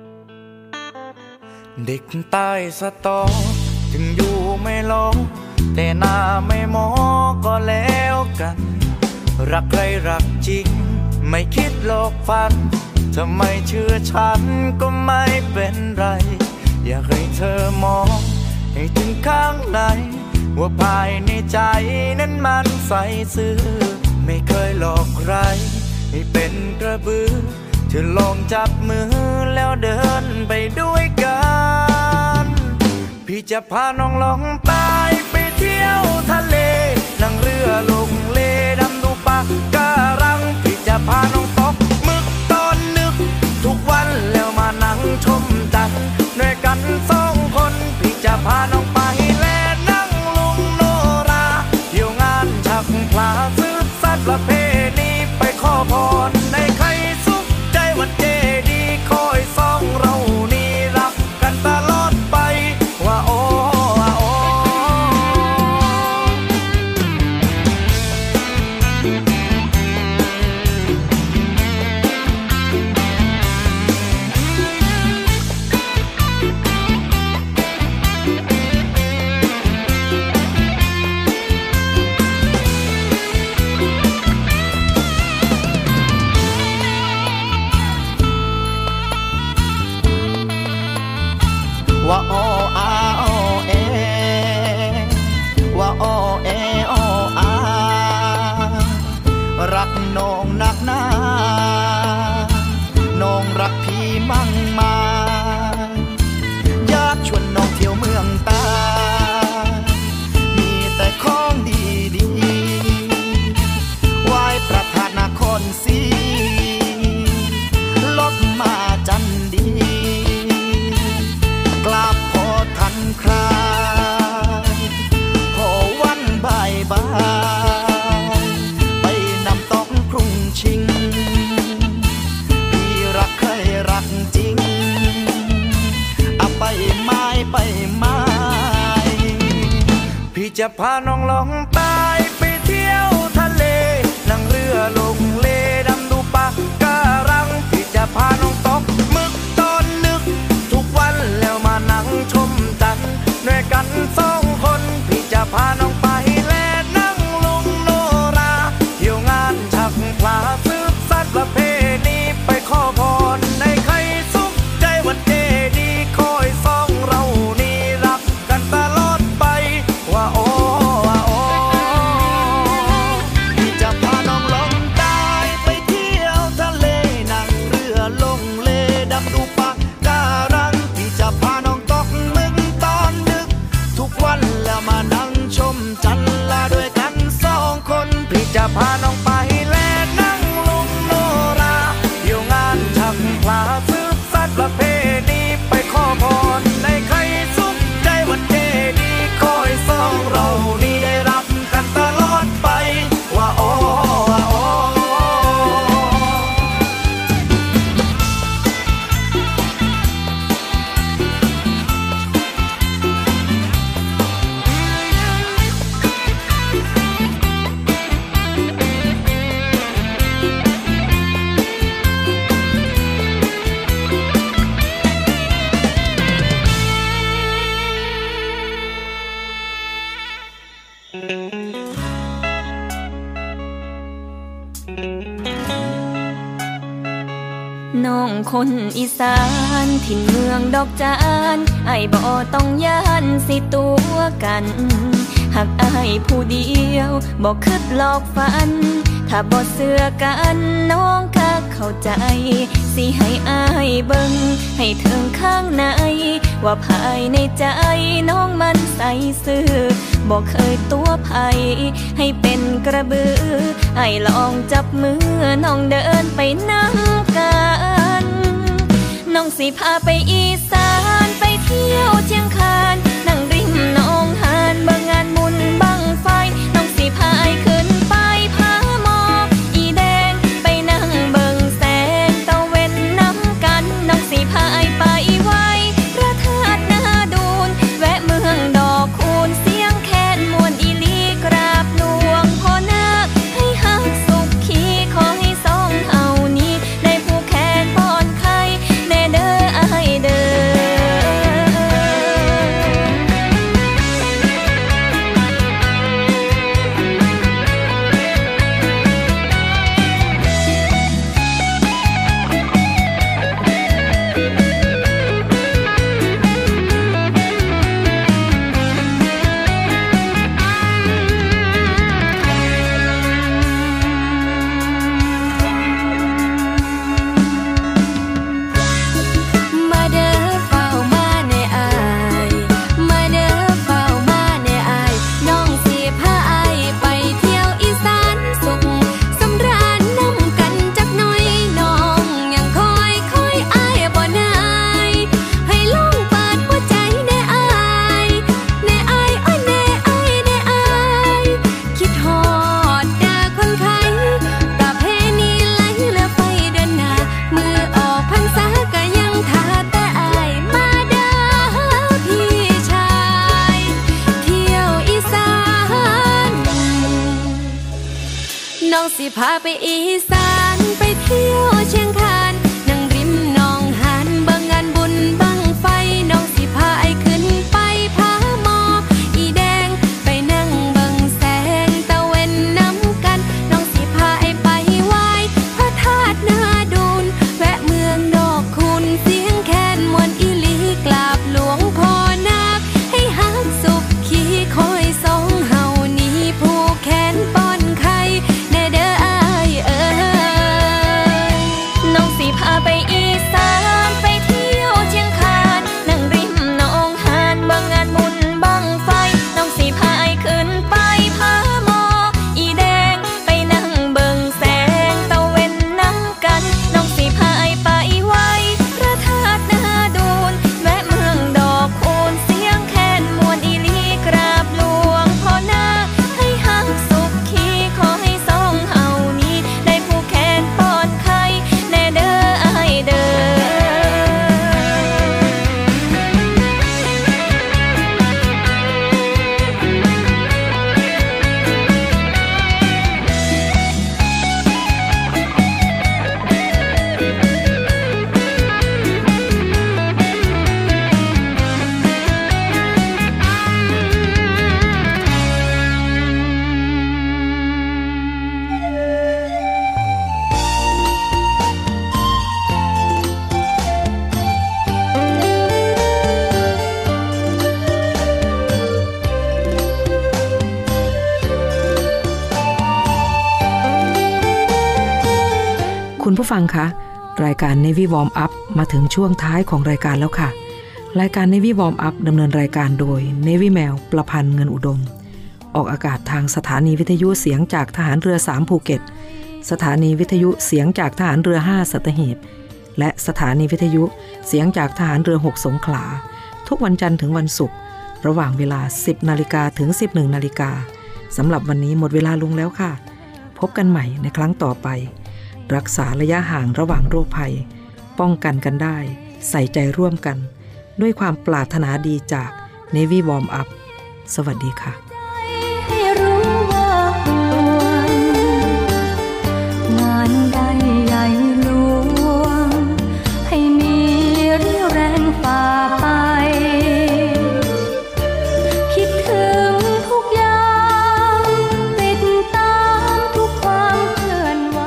เด็กใต้สตอถึงอยู่ไม่ลงแต่หน้าไม่มอก็แล้วกันรักใครรักจริงไม่คิดหลอกฝันทำไมเชื่อฉันก็ไม่เป็นไรอยากให้เธอมองให้ถึงข้างในว่าภายในใจนั้นมันใสซื่อไม่เคยหลอกใครให้เป็นกระบือเธอลองจับมือแล้วเดินไปด้วยกันพี่จะพาน้องลองไปเที่ยวทะเลนั่งเรือลงเลดำดูปะการังพี่จะพาน้องตกหมึกตอนนึกทุกวันแล้วมานั่งชมจันทร์ด้วยกันสองคนพี่จะพาน้องไปแลนั่งลุงโนราเที่ยวงานชักพลาสืบสัตว์ประเพณีไปขอพรในใครสุขใจวันเจดีคอยส่องเรานี่รักกันตลอดไปว่าโอ้ว่าโออาโอเอว่าโอเอโออารักน้องนักหนาน้องรักพี่มั่งมาอยากชวนน้องเที่ยวเมืองตามีแต่ของดีๆไหว้พระธาตุนครศรีรถมาจันดีกราบพอทันคราพอวันบ่ายไปนำต้องกรุงชิงพี่รักใครรักจริงเอาไปไม้พี่จะพาน้องลองไปเที่ยวทะเลนั่งเรือลงเลดำดูปะการังพี่จะพาน้องตกหมึกตอนนึกทุกวันแล้วมานั่งชมจันทร์ด้วยกันสองคนพี่จะพาน้องไปแลนั่งลุงโนราเที่ยวงานชักพลาสืบสัตว์ประเพณีไปขอพรในใครสุขใจวันเจดีคอยส่องเรานี่รักกันตลอดไปว่าโอ้พี่จะพาน้องลองไปเที่ยวทะเลนั่งเรือลงเลดำดูปะการังพี่จะพาน้องตกหมึกตอนดึกทุกวันแล้วมานั่งชมจันทร์ลาด้วยกันสองคนพี่จะพาน้องไปแลนั่งลุงโนราเที่ยวงานชักพลาสืบสัตว์ประเพณีไปขอพรในใครสุขใจวันเจดีคอยส่องเรานี่ได้รับกันตลอดไปว่าโอ้น้องคนอีสานถิ่นเมืองดอกจานไอ้บ่ต้องย่านสิตัวกันหากอ้ายผู้เดียวบ่คิดหลอกฝันถ้าบ่เชื่อกันน้องก็เข้าใจสิให้อ้ายเบิ่งให้ถึงข้างในว่าภายในใจน้องมันใสซื่อบ่เคยตัวไผให้เป็นกระบือไอ้ลองจับมือน้องเดินไปนำกันน้องสิพาไปอีสานไปเที่ยวเชียงคานนั่งริมหนองหานเบิ่งงานบุญบั้งไฟน้องสิพาไอ้ขึ้นไปผาหมอกอีแดงไปนั่งเบิ่งแสงตะเวนน้ำกันน้องสิพาไอ้ไปไว้พระธาตุนาดูนแวะเมืองดอกคูณเสียงแคนมวนอีลีกราบหลวงพ่อนาคให้หักสุขขีขอให้สองเฮานี้ได้ผู้แคนปอนไข่แน่เด้ออ้ายเด้อองสิพาไปอีสานไปเที่ยวเชียงคานนั่งริมหนองหานเบิ่งงานบุญบั้งไฟน้องสิพาไอ้ขึ้นไปผาหมออีแดงไปนั่งเบิ่งแสงตะเวนน้ำกันน้องสิพาไอ้ไปไหว้พระธาตุนาดูนแวะเมืองดอกคูณเสียงแคนมวนอีหลีกราบหลวงพ่อนาคให้ฮักสุขขีคอยสองเฮานี้ผู้แขนป้อนไข่แน่เด้ออ้ายเอ้ยน้องสิพาไปอีสานไปเที่ยวเชียงคานนั่งริมหนองหานเบิ่งงานบุญบั้งไฟน้องสิพาไอ้ขึ้นไปผาหมออีแดงไปนั่งเบิ่งแสงตะเวนน้ำกันน้องสิพาไอ้ไปไหว้พระธาตุนาดูนแวะเมืองดอกคูณเสียงแคนมวนอีหลีกราบหลวงพ่อนาคให้ฮักสุขขีขอให้สองเฮานี้ได้ผู้แขนป้อนไข่แน่เด้ออ้ายเด้อคุณผู้ฟังคะรายการ Navy Warm Up มาถึงช่วงท้ายของรายการแล้วค่ะรายการ Navy Warm Up ดำเนินรายการโดย Navy แมวประพันธ์เงินอุดมออกอากาศทางสถานีวิทยุเสียงจากทหารเรือ3ภูเก็ตสถานีวิทยุเสียงจากทหารเรือ5สัตหีบและสถานีวิทยุเสียงจากทหารเรือ6สงขลาทุกวันจันทร์ถึงวันศุกร์ระหว่างเวลา 10:00 นถึง 11:00 นสำหรับวันนี้หมดเวลาลงแล้วค่ะพบกันใหม่ในครั้งต่อไปรักษาระยะห่างระหว่างโรคภัยป้องกันกันได้ใส่ใจร่วมกันด้วยความปรารถนาดีจาก Navy Warm Up สวัสดีค่ะให้รู้ว่าควรงานใดใหญ่หลวงให้มีเรี่ยวแรงฝ่าไปคิดถึงทุกอย่างติดตามทุกความเคลื่อนไหว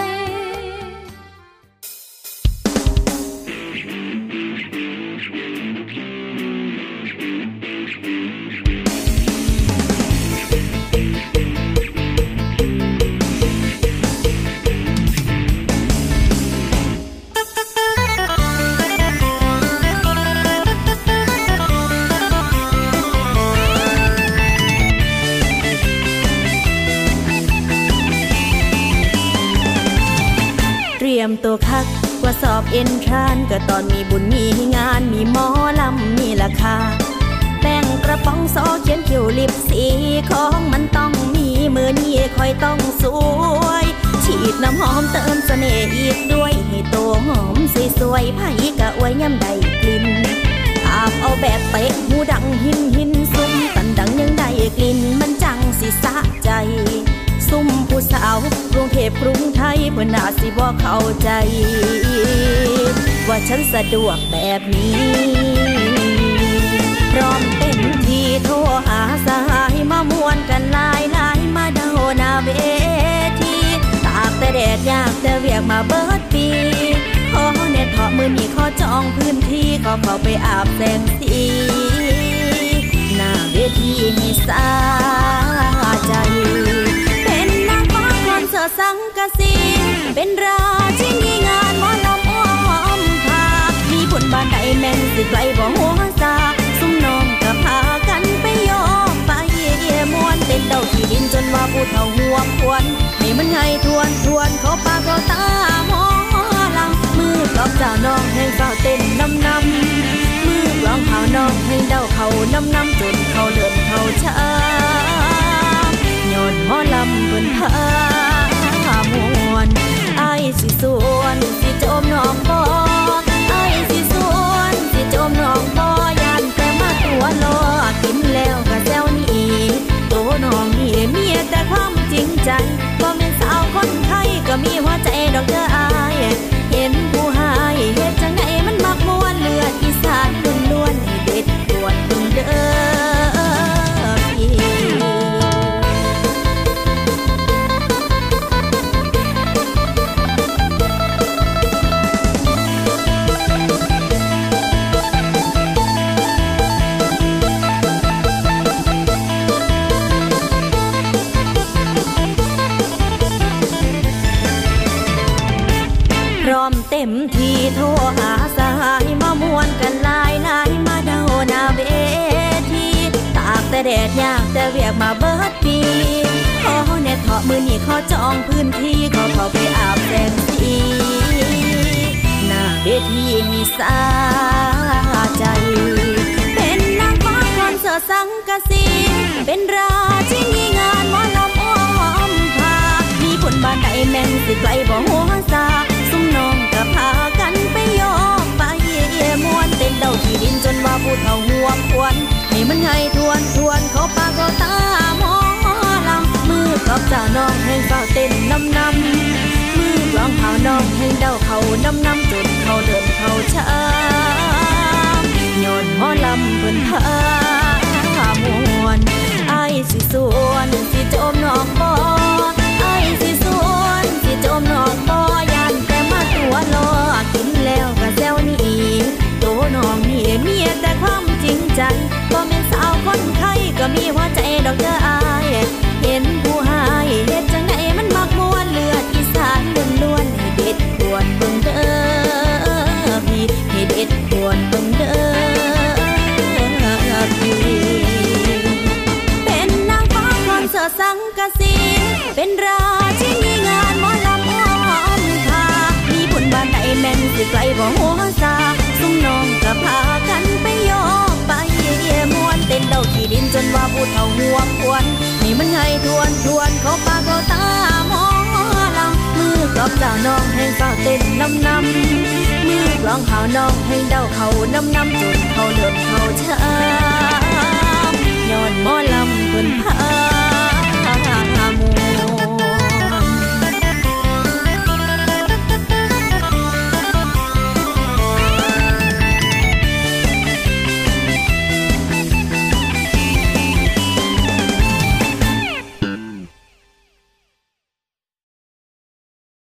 มตัวคักว่าสอบเอ็นทรานก็ตอนมีบุญมีงานมีหมอลำมีราคาแป้งกระป๋องซอเขียนคิ้วลิปสีของมันต้องมีมือนี้คอยต้องสวยฉีดน้ำหอมเติมเสน่ห์อีกด้วยให้ตัวหอมสวยๆไผ่กะอวยย่ำใดกลิ่นอาบเอาแบบเป๊ะหูดังหินซุ่มตันดังยังได้กลิ่นมันจังสิสะใจซุ่มผู้สาวกรุงเทพกรุงไทยเพื่อนน่าสิบ่เข้าใจว่าฉันสะดวกแบบนี้พร้อมเต็มที่โทรหาสหายมามวนกันหลายมาเดาหน้าเวทีตากแต่แดดอยากแต่เวียกมาเบิดปีขอเน็ตเพาะมือนี้ขอจองพื้นที่ขอเข้าไปอาบแสงสีหน้าเวทีให้สาใจเป็นนางฟ้าคอนเสิร์ตสังกะสีเป็นราชินีงานหมอลำอ้อมผามีผลบานใดแม่นสิไกลบ่หัวซาซุ่มน้องก็พากันไปโยกไปม่วนเต้นเดาที่ดินจนว่าผู้เฒ่าหัวควนให้มันไงทวนเขาปากเขาตาหมอลำมือกลองจ่าน้องให้เฝ้าเต้นนำมือกลองเผาน้องให้เดาเขานำจนเขาเลื่อนเขาช้าย้อนหมอลำเพิ่นพามวนไอ้สิสวนสิโจมน้องบ่ไอ้สิสวนสิโจมน้องบ่ยันแต่มาตัวรอกินแล้วก็แซวนี่ตัวน้องนี่มีแต่ความจริงใจบ่แม่นสาวแต่แดดยากแต่เวียกมาเบิดปีขอแน่เถาะมือนี่ขอจองพื้นที่ขอเข้าไปอาบแสงสีหน้าเวทีมีสาใจเป็นนางฟ้าคอนเสิร์ตสังกะสีเป็นราชินีงานหมอลำอ้อมพามีผลบานใดแม่นสิไกลบ่หัวซาซุ่มน้องก็พากันไปโยกไปมวนเต้นเดาที่ดินจนว่าผู้เฒ่าหัวควนให้มันไงทวนเขาปากเขาตาหมอลำมือกอบจ่าน้องให้เฝ้าเต้นน้ำมือกลองเผาน้องให้เดาเขาน้ำจนเขาเดินเขาช้าย้อนหมอลำเพิ่นพามวนไอ้สิสวนสิจมน้องบ่ไอ้สิสวนสิจมน้องบ่ยันแต่มาตัวรอกินแล้วก็แซวนี่ตัวน้องนี่มีแต่ความจริงใจบ่แม่นสาวคนไข้ก็มีหัวใจดอกเด้ออายเห็นผู้หายเฮ็ดจังไดมันมักม่วนเลือดอีสานล้วนๆให้เด็ดควรเบิ่งเด้อพี่ให้เด็ดควรเบิ่งเด้อเป็นนางฟ้าคอนเสิร์ตสังกะสีเป็นราชินีงานหมอลำอ้อมพามีผลบานใดแม่นสิไกลบ่หัวซาซุ่มน้องก็พากันไปโยกไปมวนเต้นเดาที่ดินจนว่าผู้เฒ่าหัวควนให้มันไงทวนเขาปากเขาตาหมอลำมือกอบจ่าน้องให้เฝ้าเต้นน้ำมือกลองหาวน้องให้เดาเขาน้ำจนเขาเดินเขาช้าย้อนหมอลำเพิ่นพา